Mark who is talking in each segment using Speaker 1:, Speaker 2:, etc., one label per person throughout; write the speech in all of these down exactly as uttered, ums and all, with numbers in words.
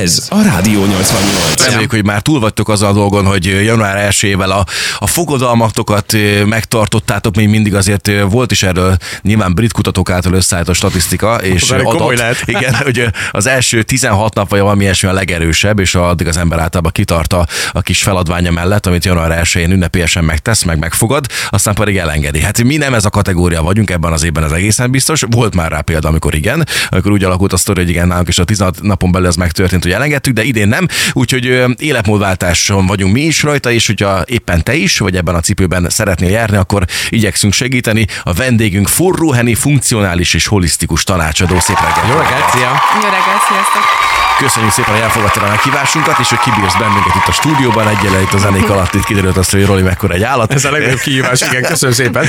Speaker 1: Ez a Rádió nyolcvannyolc.
Speaker 2: Reméljük, hogy már túl vagytok azon a dolgon, hogy január elsejével a, a fogadalmatokat megtartottátok, még mindig azért volt is erről nyilván brit kutatók által összeállított statisztika, és adat, igen, hogy az első tizenhat nap vagy valami ilyesmi a legerősebb, és addig az ember általában kitart a, a kis feladványa mellett, amit január elsején ünnepélyesen megtesz, meg megfogad, aztán pedig elengedi. Hát mi nem ez a kategória vagyunk ebben az évben, ez egészen biztos. Volt már rá példa, amikor igen, amikor úgy alakult a sztori, hogy igen, nálunk is a tizenhat napon belül ez megtörtént, hogy elengedtük, de idén nem. Úgyhogy életmódváltáson vagyunk mi is rajta, és hogyha éppen te is, vagy ebben a cipőben szeretnél járni, akkor igyekszünk segíteni. A vendégünk forróheni, funkcionális és holisztikus tanácsadó. Szép reggelt!
Speaker 3: Jó reggelt, szia!
Speaker 4: Jó reggelt, sziasztok!
Speaker 2: Köszönjük szépen, hogy elfogadtad a meghívásunkat, és hogy kibírsz bennünket itt a stúdióban. Egyelőre itt a zenék alatt itt kiderült azt, hogy Roli mekkora egy állat.
Speaker 3: Ez a legnagyobb kihívás, igen, köszönöm szépen.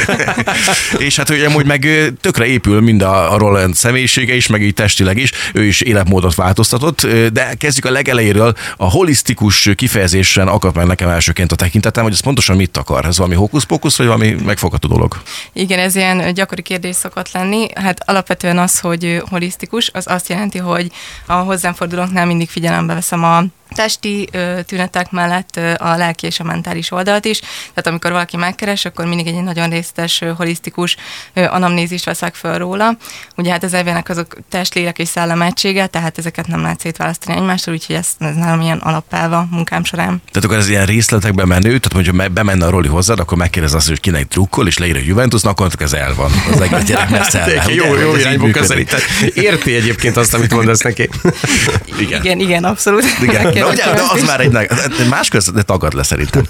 Speaker 2: És hát hogy amúgy meg tökre épül mind a, a Roland személyisége is, meg így testileg is. Ő is életmódot változtatott, de kezdjük a legelejéről. A holisztikus kifejezésen akadt meg nekem elsőként a tekintetem, hogy ez pontosan mit akar. Ez valami hókusz-pókusz, vagy valami megfogható dolog?
Speaker 4: Igen, ez ilyen gyakori kérdés szokott lenni. Hát alapvetően az, hogy holisztikus, az azt jelenti, hogy a hozzám fordulóknál mindig figyelembe veszem a testi ö, tünetek mellett ö, a lelki és a mentális oldalt is. Tehát amikor valaki megkeres, akkor mindig egy nagyon részletes, ö, holisztikus ö, anamnézist veszek föl róla. Ugye hát az elvének azok test, lélek és szellem egysége, tehát ezeket nem lehet szétválasztani egymástól, úgyhogy ez, ez nálam ilyen alapelve a munkám során.
Speaker 2: Tehát akkor ez ilyen részletekben menő, tehát mondjuk bemenne a Roli hozzád, akkor megkérdez azt, hogy kinek drukkol, és leír a Juventusnak, akkor ez el van. Az egész gyerek messze el.
Speaker 3: Jó, jó irányból közelít. Érti egyébként azt, amit mondasz neki.
Speaker 4: Igen, igen, igen, abszolút.
Speaker 2: Igen. De, ugye, de az már egy más között tagad le szerintem.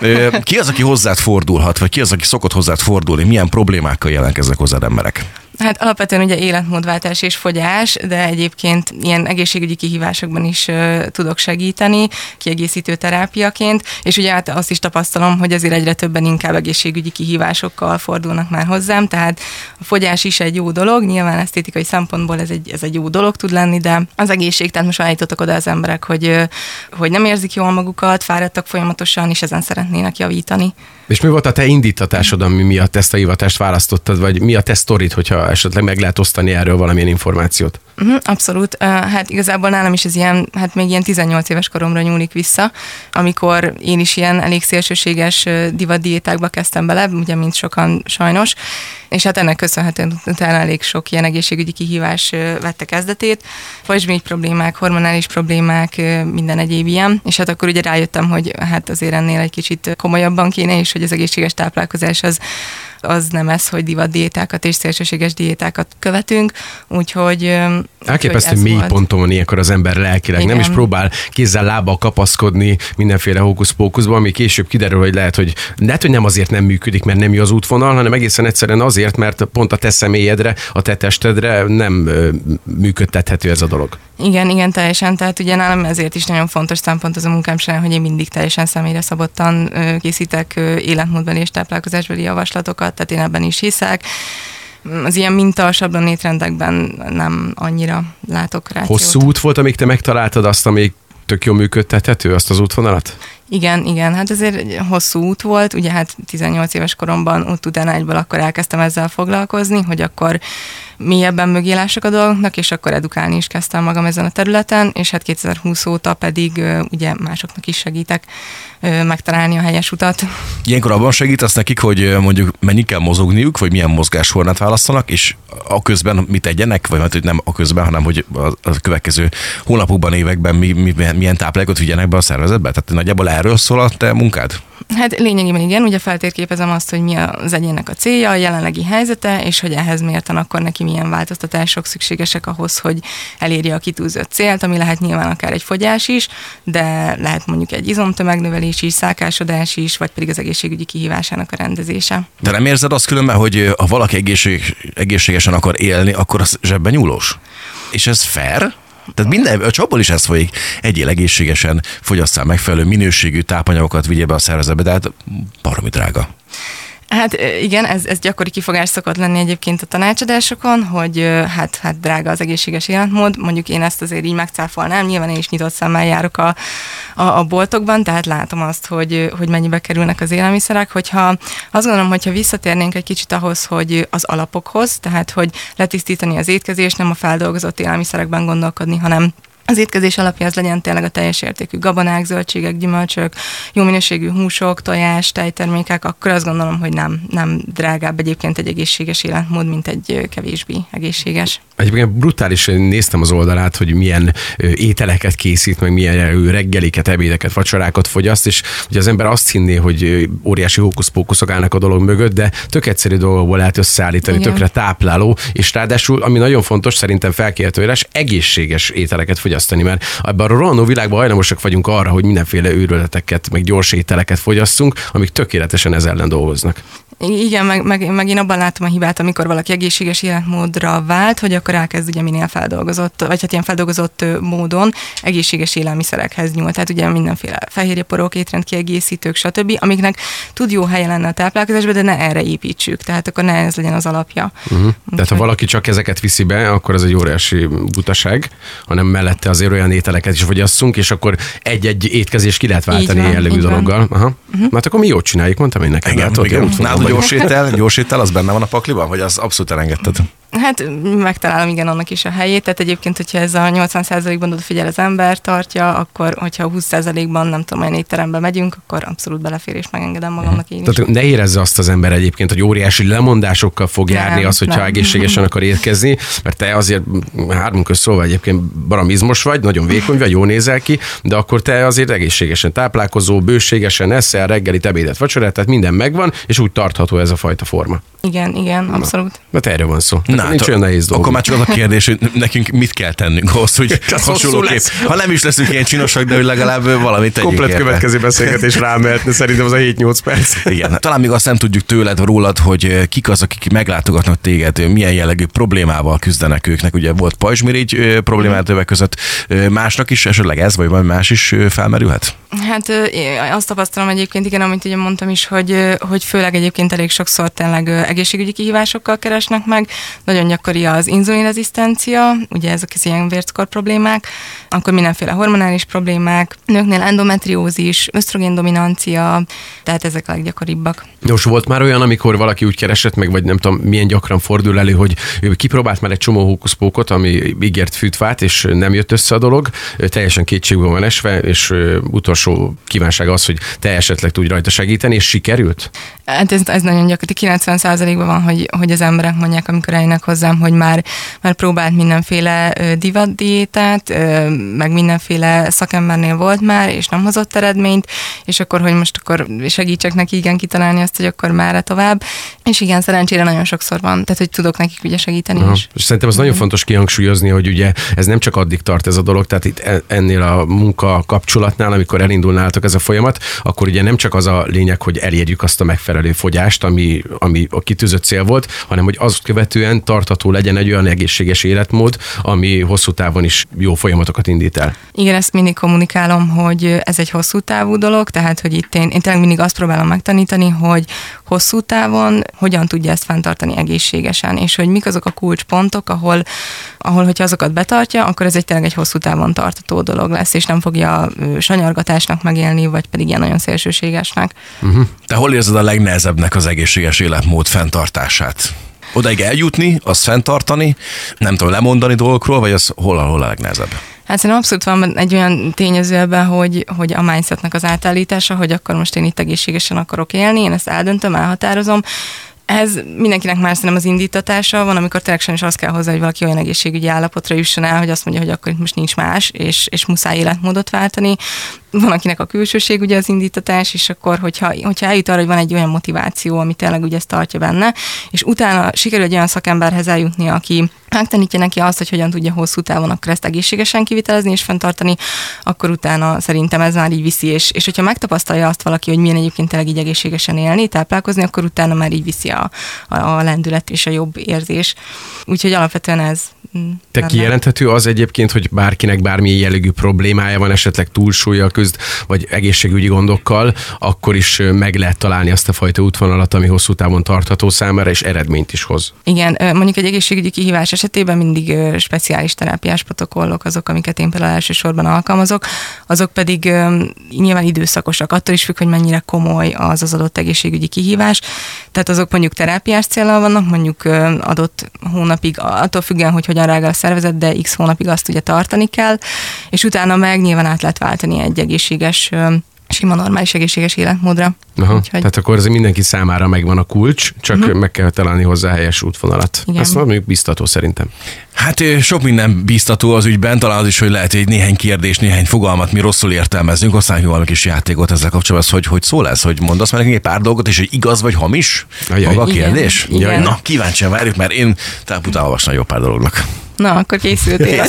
Speaker 2: Ki az, aki hozzád fordulhat, vagy ki az, aki szokott hozzád fordulni? Milyen problémákkal jelentkeznek hozzád emberek?
Speaker 4: Hát alapvetően ugye életmódváltás és fogyás, de egyébként ilyen egészségügyi kihívásokban is uh, tudok segíteni, kiegészítő terápiaként, és ugye hát azt is tapasztalom, hogy azért egyre többen inkább egészségügyi kihívásokkal fordulnak már hozzám, tehát a fogyás is egy jó dolog, nyilván esztétikai szempontból ez egy, ez egy jó dolog tud lenni, de az egészség, tehát most állítottak oda az emberek, hogy, hogy nem érzik jól magukat, fáradtak folyamatosan, és ezen szeretnének javítani.
Speaker 3: És mi volt a te indítatásod, ami miatt ezt a hivatást választottad, vagy mi a te sztorid, hogyha esetleg meg lehet osztani erről valamilyen információt?
Speaker 4: Uh-huh, abszolút. Uh, hát igazából nálam is ez ilyen, hát még ilyen tizennyolc éves koromra nyúlik vissza, amikor én is ilyen elég szélsőséges divatdiétákba kezdtem bele, ugye mint sokan sajnos, és hát ennek köszönhetően utána elég sok ilyen egészségügyi kihívás vette kezdetét, pajzsmirigy problémák, hormonális problémák, minden egyéb ilyen, és hát akkor ugye rájöttem, hogy hát azért ennél egy kicsit komolyabban kéne, és hogy az egészséges táplálkozás az az nem ez, hogy divatdiétákat és szélsőséges diétákat követünk, úgyhogy...
Speaker 3: Elképesztő mély ponton van ilyenkor az ember lelkileg, igen. Nem is próbál kézzel lábbal kapaszkodni mindenféle hókusz-pókuszban, ami később kiderül, hogy lehet, hogy lehet, hogy nem azért nem működik, mert nem jó az útvonal, hanem egészen egyszerűen azért, mert pont a te személyedre, a te testedre nem működtethető ez a dolog.
Speaker 4: Igen, igen, teljesen. Tehát ugye nálam ezért is nagyon fontos szempont az a munkám során, hogy én mindig teljesen személyre szabottan készítek életmódbeli és táplálkozásbeli javaslatokat, tehát én ebben is hiszek. Az ilyen minta sablon étrendekben nem annyira látok rációt.
Speaker 3: Hosszú út volt, amíg te megtaláltad azt, amíg tök jól működtethető, azt az útvonalat?
Speaker 4: Igen, igen, hát ez egy hosszú út volt, ugye hát tizennyolc éves koromban ott utána egyből akkor elkezdtem ezzel foglalkozni, hogy akkor mélyebben mögé lássak a dolgoknak, és akkor edukálni is kezdtem magam ezen a területen, és hát kétezer-húsz óta pedig ugye másoknak is segítek megtalálni a helyes utat.
Speaker 2: Ilyenkor abban segítesz nekik, hogy mondjuk mennyit kell mozogniuk, vagy milyen mozgásformát választanak, és a közben mit tegyenek, vagy hát, hogy nem a közben, hanem hogy a következő hónapokban, években mi, mi, milyen táplálékot vigyenek be a szervezetbe? Tehát nagyjából erről szól a te munkád?
Speaker 4: Hát lényegében igen, ugye feltérképezem azt, hogy mi az egyénnek a célja, a jelenlegi helyzete, és hogy ehhez mérten akkor neki milyen változtatások szükségesek ahhoz, hogy elérje a kitűzött célt, ami lehet nyilván akár egy fogyás is, de lehet mondjuk egy izomtömegnövelés is, szálkásodás is, vagy pedig az egészségügyi kihívásának a rendezése. De
Speaker 2: nem érzed azt különben, hogy ha valaki egészség, egészségesen akar élni, akkor az zsebben nyúlós? És ez fair? Tehát minden, a csapból is ez folyik. Egyél egészségesen, fogyasszál megfelelő minőségű tápanyagokat, vigyél be a szervezetbe, de hát baromi drága.
Speaker 4: Hát igen, ez, ez gyakori kifogás szokott lenni egyébként a tanácsadásokon, hogy hát, hát drága az egészséges életmód. Mondjuk én ezt azért így megcáfolnám, nyilván én is nyitott szemmel járok a, a, a boltokban, tehát látom azt, hogy, hogy mennyibe kerülnek az élelmiszerek. Hogyha azt gondolom, hogyha visszatérnénk egy kicsit ahhoz, hogy az alapokhoz, tehát hogy letisztítani az étkezést, nem a feldolgozott élelmiszerekben gondolkodni, hanem az étkezés alapja az legyen tényleg a teljes értékű gabonák, zöldségek, gyümölcsök, jó minőségű húsok, tojás, tejtermékek, akkor azt gondolom, hogy nem, nem drágább egyébként egy egészséges életmód, mint egy kevésbé egészséges.
Speaker 3: Egyébként brutális, néztem az oldalát, hogy milyen ételeket készít, meg milyen reggeliket, ebédeket, vacsorákat fogyaszt, és ugye az ember azt hinné, hogy óriási hókuszpókuszok állnak a dolog mögött, de tök egyszerű dolgokból lehet összeállítani, igen, tökre tápláló, és ráadásul, ami nagyon fontos, szerintem felkiáltójeles, egészséges ételeket fogyasztani, mert ebben a rohanó világban hajlamosak vagyunk arra, hogy mindenféle őrületeket, meg gyors ételeket fogyasszunk, amik tökéletesen ez ellen dolgoznak.
Speaker 4: Igen, meg, meg, meg én abban látom a hibát, amikor valaki egészséges életmódra vált, hogy akkor elkezd ugye minél feldolgozott, vagy hát ilyen feldolgozott módon egészséges élelmiszerekhez nyúl. Tehát ugye mindenféle fehérjeporok, étrendkiegészítők, stb., amiknek tud jó helye lenne a táplálkozásban, de ne erre építsük. Tehát akkor ne ez legyen az alapja. Uh-huh.
Speaker 3: Tehát ha valaki csak ezeket viszi be, akkor ez egy óriási butaság, hanem mellette azért olyan ételeket is fogyasszunk, és akkor egy-egy étkezés ki lehet váltani jellegű dologgal. Aha. Uh-huh. Hát akkor mi jót csináljuk, mondtam én neked.
Speaker 2: Igen, igen. Nálad gyors étel, gyors étel, az benne van a pakliban, vagy az abszolút elengedted?
Speaker 4: Hát megtalálom igen annak is a helyét, tehát egyébként, hogyha ez a nyolcvan százalékban odafigyel az ember, tartja, akkor hogyha húsz százalékban nem tudom, olyan étterembe megyünk, akkor abszolút belefér és megengedem magamnak én is.
Speaker 3: Tehát ne érezze azt az ember egyébként, hogy óriási lemondásokkal fog járni nem, az, hogyha nem. egészségesen akar étkezni, mert te azért hármunk közszólva egyébként baramizmos vagy, nagyon vékony vagy, jól nézel ki, de akkor te azért egészségesen táplálkozó, bőségesen eszel, reggelit, ebédet, vacsorát, tehát minden megvan, és úgy tartható ez a fajta forma.
Speaker 4: Igen, igen, abszolút.
Speaker 3: Mert erről van szó.
Speaker 2: Na, nincs olyan nehéz dolog. Akkor már csak az a kérdés, hogy nekünk mit kell tennünk ahhoz, hogy hasonlóképp. Ha nem is leszünk ilyen csinosak, de hogy legalább valamit tegyünk.
Speaker 3: Komplet érte. Következő beszélgetés rám mehetne, szerintem az a hét-nyolc perc.
Speaker 2: Igen. Talán még azt nem tudjuk tőled, rólad, hogy kik az, akik meglátogatnak téged, milyen jellegű problémával küzdenek őknek. Ugye volt pajzsmirigy problémát többek között. Másnak is esetleg ez, vagy valami más is felmerülhet?
Speaker 4: Hát azt tapasztalom egyébként, igen, amit ugye mondtam is, hogy, hogy főleg egyébként elég sokszor tényleg egészségügyi kihívásokkal keresnek meg. Nagyon gyakori az inzulinrezisztencia, ugye ezek az ilyen vércukor problémák, akkor mindenféle hormonális problémák, nőknél endometriózis, ösztrogéndominancia, tehát ezek a leggyakoribbak.
Speaker 3: Nos, volt már olyan, amikor valaki úgy keresett meg, vagy nem tudom, milyen gyakran fordul elő, hogy ő kipróbált már egy csomó hókuszpókot, ami ígért fűtfát, és nem jött össze a dolog, teljesen kétségbe van esve, és utolsó kívánság az, hogy te esetleg tudj rajta segíteni, és sikerült?
Speaker 4: Hát ez, ez nagyon gyakori, kilencven százalékban van, hogy, hogy az emberek mondják, amikor eljönnek hozzám, hogy már, már próbált mindenféle divatdiétát, meg mindenféle szakembernél volt már, és nem hozott eredményt, és akkor, hogy most akkor segítsek neki igen kitalálni azt, hogy akkor már tovább. És igen, szerencsére nagyon sokszor van, tehát hogy tudok nekik ugye segíteni
Speaker 3: Aha.
Speaker 4: is.
Speaker 3: És szerintem az nagyon fontos kihangsúlyozni, hogy ugye ez nem csak addig tart ez a dolog, tehát itt ennél a munka kapcsolatnál, amikor elindulnátok ez a folyamat, akkor ugye nem csak az a lényeg, hogy elérjük azt a megfelelő fogyást, ami, ami a kitűzött cél volt, hanem hogy azt követően tartható legyen egy olyan egészséges életmód, ami hosszú távon is jó folyamatokat indít el.
Speaker 4: Igen, ezt mindig kommunikálom, hogy ez egy hosszú távú dolog, tehát hogy itt én, én tényleg mindig azt próbálom megtanítani, hogy hosszú távon hogyan tudja ezt fenntartani egészségesen, és hogy mik azok a kulcspontok, ahol, ahol hogyha azokat betartja, akkor ez egy tényleg egy hosszú távon tartató dolog lesz, és nem fogja sanyargatásnak megélni, vagy pedig ilyen nagyon szélsőségesnek.
Speaker 2: Uh-huh. Te hol érzed a legnehezebbnek az egészséges életmód fenntartását? Odaig eljutni, azt fenntartani, nem tudom, lemondani dolgokról, vagy az hol a, hol a legnehezebb?
Speaker 4: Hát szerintem abszolút van egy olyan tényező ebben, hogy, hogy a mindsetnek az átállítása, hogy akkor most én itt egészségesen akarok élni, én ezt eldöntöm, elhatározom. Ez mindenkinek már szerintem az indítatása van, amikor tényleg sajnos az kell hozzá, hogy valaki olyan egészségügyi állapotra jusson el, hogy azt mondja, hogy akkor itt most nincs más, és, és muszáj életmódot váltani. Van akinek a külsőség ugye az indítatás, és akkor, hogyha, hogyha eljut arra, hogy van egy olyan motiváció, ami tényleg ugye ezt tartja benne, és utána sikerül egy olyan szakemberhez eljutni, aki megtanítja neki azt, hogy hogyan tudja hosszú távon akkor ezt egészségesen kivitelezni és fenntartani, akkor utána szerintem ez már így viszi, és, és hogyha megtapasztalja azt valaki, hogy milyen egyébként tényleg így egészségesen élni, táplálkozni, akkor utána már így viszi a, a, a lendület és a jobb érzés. Úgyhogy alapvetően ez.
Speaker 3: Te kijelenthető az egyébként, hogy bárkinek bármilyen jellegű problémája van, esetleg túlsúllyal küzd, vagy egészségügyi gondokkal, akkor is meg lehet találni azt a fajta útvonalat, ami hosszú távon tartható számára, és eredményt is hoz.
Speaker 4: Igen, mondjuk egy egészségügyi kihívás esetében mindig speciális terápiás protokollok azok, amiket én például elsősorban alkalmazok, azok pedig nyilván időszakosak, attól is függ, hogy mennyire komoly az az adott egészségügyi kihívás. Tehát azok mondjuk mondjuk terápiás céllal vannak, mondjuk adott hónapig, attól függően, hogy hogyan reagál a szervezet, de x hónapig azt ugye tartani kell, és utána meg nyilván át lehet váltani egy egészséges, sima, normális, egészséges életmódra.
Speaker 3: Aha, úgyhogy... Tehát akkor ez mindenki számára megvan a kulcs, csak uh-huh. meg kell találni hozzá a helyes útvonalat. Igen. Azt mondjuk biztató szerintem.
Speaker 2: Hát sok minden biztató az ügyben, talán az is, hogy lehet egy néhány kérdés, néhány fogalmat mi rosszul értelmezünk, aztán valami kis játékot ezzel kapcsolatban, hogy hogy szól ez, hogy mondasz már nekünk egy pár dolgot, és hogy igaz vagy hamis? Ajaj. Maga a kérdés?
Speaker 4: Igen. Igen.
Speaker 2: Na, kíváncsian várjuk, mert én talán utána olvasnám jó pár dolognak.
Speaker 4: Na, akkor készültél.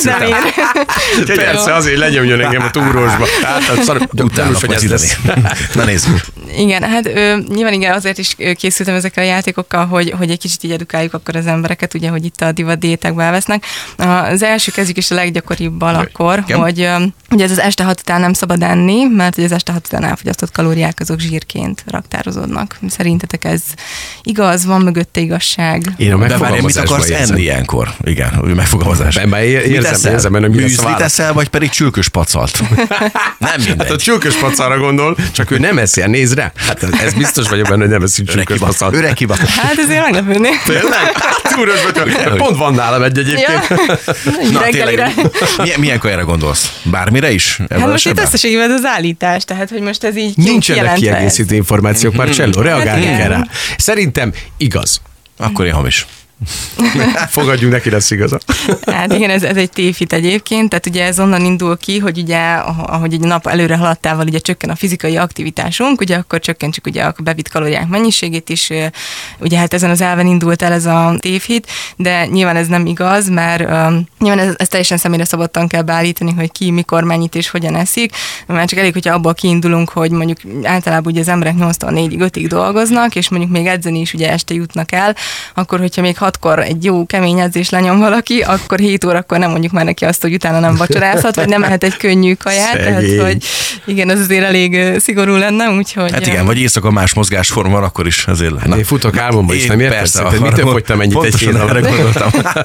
Speaker 3: Persze, azért lenyomjon engem a túrósba. Hát, szar,
Speaker 2: utána hogy ez lesz. Na nézzük.
Speaker 4: Igen, hát ö, nyilván igen, azért is készültem ezekkel a játékokkal, hogy, hogy egy kicsit így edukáljuk akkor az embereket, ugye, hogy itt a divat diétákba elvesznek. Az első kezdjük is a leggyakoribbal akkor, igen. hogy ö, ugye ez az este hat után nem szabad enni, mert ugye az este hat után elfogyasztott kalóriák azok zsírként raktározódnak. Szerintetek ez igaz? Van mögötte igazság?
Speaker 2: Én a megfogalmazásban mit akarsz érzem. enni ilyenkor? Igen, megfogalmazás.
Speaker 3: Ben, ben érzem, érzem, hogy mi
Speaker 2: műzlit eszel, vagy pedig csülkös pacalt? Nem mindegy.
Speaker 3: Hát a csülkös pacalra gondol, csak ő nem eszi, nézd rá. Hát ez biztos vagyok benne, hogy nem eszik csülkös pacalt.
Speaker 2: Öreg kiva.
Speaker 4: Hát ezért meglepődni.
Speaker 3: Tényleg? Túros, pont van nálam egy egyébként.
Speaker 2: Ja. Na tényleg, milyen, milyen kajára gondolsz? Bármire is?
Speaker 4: Hát most itt összességében az állítás, tehát hogy most ez így
Speaker 3: nincsenek kiegészítő információk, Marcello, reagálni kell rá. Szerintem igaz.
Speaker 2: Akkor én hamis.
Speaker 3: Fogadjunk neki, lesz igaza.
Speaker 4: Hát igen, ez, ez egy tévhit egyébként, tehát ugye ez onnan indul ki, hogy ugye, ahogy egy nap előre haladtával ugye csökken a fizikai aktivitásunk, ugye akkor csökkentsük ugye a bevitt kalóriák mennyiségét is, ugye hát ezen az elven indult el ez a tévhit, de nyilván ez nem igaz, mert um, nyilván ez, ez teljesen személyre szabottan kell beállítani, hogy ki, mikor, mennyit és hogyan eszik, mert csak elég, hogyha abból kiindulunk, hogy mondjuk általában ugye az emberek nyolctól négyig, ötig dolgoznak, és mondjuk még edzeni is ugye este jutnak el, akkor hogyha még hatkor egy jó kemény edzés lenyom valaki, akkor hét órakor nem mondjuk már neki azt, hogy utána nem vacsorázhat, vagy nem ehet egy könnyű kaját, tehát hogy igen, ez azért elég szigorú lenne, úgyhogy...
Speaker 2: Hát igen, vagy éjszaka más mozgásform van, akkor is azért lenne.
Speaker 3: Én futok álmomba is, nem érted? Mitől fogytam ennyit egy hét alatt?
Speaker 2: Gondoltam.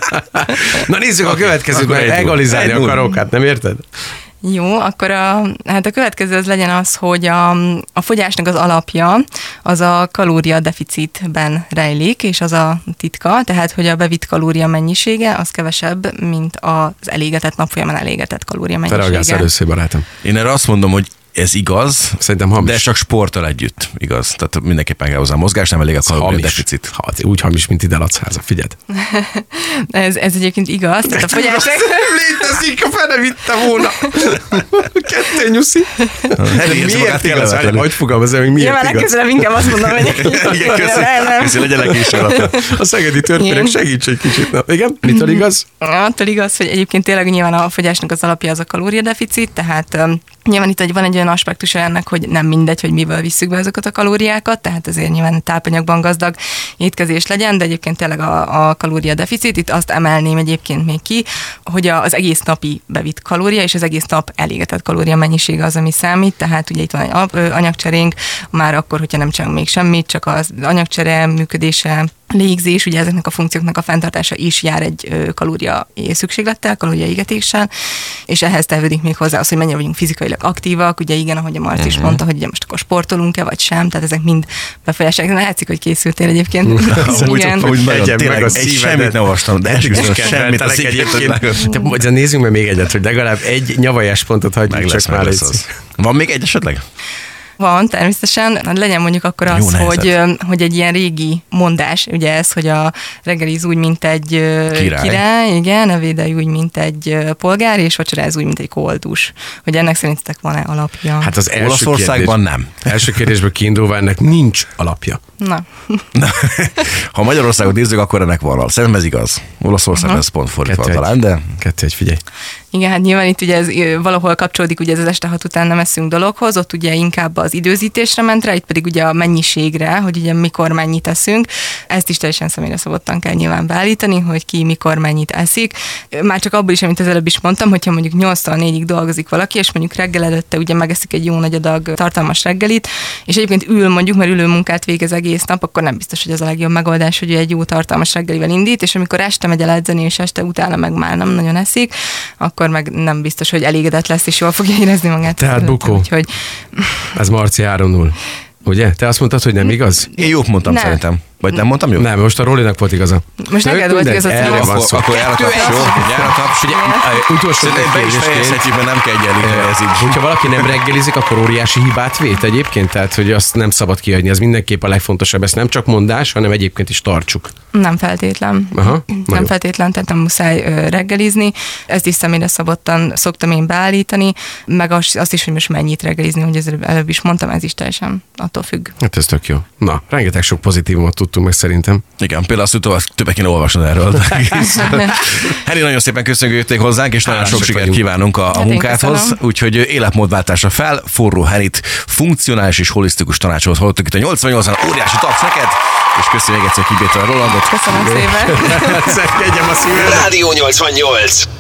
Speaker 3: Na nézzük a következőt, mert egalizálni akarok, hát nem érted?
Speaker 4: Jó, akkor a, hát a következő az legyen az, hogy a, a fogyásnak az alapja az a kalóriadeficitben rejlik, és az a titka, tehát hogy a bevitt kalória mennyisége az kevesebb, mint az elégetett, nap folyamán elégetett kalória mennyisége.
Speaker 3: Te reagálsz először, barátom.
Speaker 2: Én erre azt mondom, hogy ez igaz,
Speaker 3: szerintem hamis.
Speaker 2: De csak sporttal együtt igaz. Tehát mindenképpen kell hozzá a mozgás, nem elég a kalóriadeficit.
Speaker 3: Ha, úgy hamis, mint ide Lacháza, figyeld.
Speaker 4: ez, ez egyébként igaz. Tehát a fogyás...
Speaker 3: Nem létezik, a fene vitte volna. Kettő nyuszi. Miért igaz? Hogy fogalmazom, hogy miért igaz?
Speaker 4: Ja, legközelebb inkább azt mondom, hogy...
Speaker 2: Igen, köszi, legyenek is alapja.
Speaker 3: A szegedi történek segíts egy kicsit. Igen? Mitől igaz?
Speaker 4: Attól igaz, hogy egyébként tényleg nyilván a fogyásnak az alapja az a kalóriadeficit, tehát nyilván itt van egy olyan aspektus ennek, hogy nem mindegy, hogy miből visszük be azokat a kalóriákat, tehát azért nyilván tápanyagban gazdag étkezés legyen, de egyébként tényleg a, a kalóriadeficit, itt azt emelném egyébként még ki, hogy az egész napi bevitt kalória és az egész nap elégetett kalória mennyisége az, ami számít, tehát ugye itt van egy anyagcserénk, már akkor, hogyha nem csinálunk még semmit, csak az anyagcsere működése, légzés, ugye ezeknek a funkcióknak a fenntartása is jár egy kalória szükséglettel, kalóriaégetéssel, és ehhez tevődik még hozzá az, hogy mennyire vagyunk fizikailag aktívak, ugye igen, ahogy a Marci uh-huh. is mondta, hogy ugye most akkor sportolunk-e, vagy sem, tehát ezek mind befolyásolják. Látszik, hogy készültél egyébként.
Speaker 2: Úgy, igen. Úgy nagyon, tényleg a egy semmit nem olvastam, de esküszöm, semmit az
Speaker 3: egyébként. Nézzünk meg még egyet, hogy legalább egy nyavajás pontot hagyjuk csak már.
Speaker 2: Van még egy esetleg?
Speaker 4: Van, természetesen. Legyen mondjuk akkor az, hogy, hogy egy ilyen régi mondás, ugye ez, hogy a reggelíz úgy, mint egy király, király igen, evédelj úgy, mint egy polgár, és vacsoráz úgy, mint egy koldus. Hogy ennek szerintetek van-e alapja?
Speaker 3: Hát az első
Speaker 2: Olaszországban
Speaker 3: kérdés,
Speaker 2: nem.
Speaker 3: Első kérdésből kiindulva ennek nincs alapja.
Speaker 4: Na.
Speaker 2: Na. Ha Magyarországot nézzük, akkor ennek van. Szerintem ez igaz. Olaszországban ez pont fordítva talán, de...
Speaker 3: Kettő egy, figyelj.
Speaker 4: Igen, hát nyilván itt ugye ez valahol kapcsolódik ugye ez az este hat után nem eszünk dologhoz, ott ugye inkább az időzítésre ment rá, itt pedig ugye a mennyiségre, hogy ugye mikor mennyit eszünk. Ezt is teljesen személyre szabottan kell nyilván beállítani, hogy ki mikor mennyit eszik. Már csak abból is, amit az előbb is mondtam, hogyha mondjuk nyolctól négyig dolgozik valaki, és mondjuk reggel előtte ugye megeszik egy jó nagy adag tartalmas reggelit, és egyébként ül mondjuk, mert ülő munkát végez egész nap, akkor nem biztos, hogy ez a legjobb megoldás, hogy egy jó tartalmas reggelivel indít, és amikor este megy el edzeni, és este utána meg már nem nagyon eszik, akkor meg nem biztos, hogy elégedett lesz, és jól fogja érezni magát.
Speaker 3: Tehát bukó.
Speaker 4: Úgyhogy...
Speaker 3: Ez Marci három null. Ugye? Te azt mondtad, hogy nem igaz?
Speaker 2: Én jót mondtam
Speaker 4: nem.
Speaker 2: szerintem. Vagy nem mondtam jó?
Speaker 3: Nem, most a Rolinak volt igaza.
Speaker 4: Most neked volt igaz a
Speaker 3: erre van szó.
Speaker 2: Akkor jár a taps, jó? Jár a taps. Ugye,
Speaker 3: utolsó
Speaker 2: be is fejezhetjük, mert nem kell egyenlíteni ez így.
Speaker 3: Hogyha valaki nem reggelizik, akkor óriási hibát vét egyébként, tehát hogy azt nem szabad kihagyni, ez mindenképp a legfontosabb, ez nem csak mondás, hanem egyébként is tartsuk.
Speaker 4: Nem feltétlen.
Speaker 3: Aha,
Speaker 4: nem jó. feltétlen, tehát nem muszáj ö, reggelizni. Ezt is személyre szabottan szoktam én beállítani, meg azt, azt is, hogy most mennyit reggelizni, hogy ez előbb is mondtam, ez is teljesen attól függ.
Speaker 3: Hát ez tök jó. Na, rengeteg sok pozitívumot tudtunk meg szerintem.
Speaker 2: Igen, például azt tudtam, többek kéne olvasnod erről. Heri, nagyon szépen köszönjük, hogy jöttél hozzánk, és nagyon sok sikert kívánunk a, a munkádhoz. Úgyhogy életmódváltásra fel, forró Herit, funkcionális és holisztikus tanácsolót hallottuk itt a nyolcvannyolcban, óriási taps neked, és köszönjük még egyszer, hogy kibírtad a Rolandot.
Speaker 4: Köszönöm szépen.
Speaker 3: Szedkedjem a szívem.
Speaker 1: Rádió nyolcvannyolc.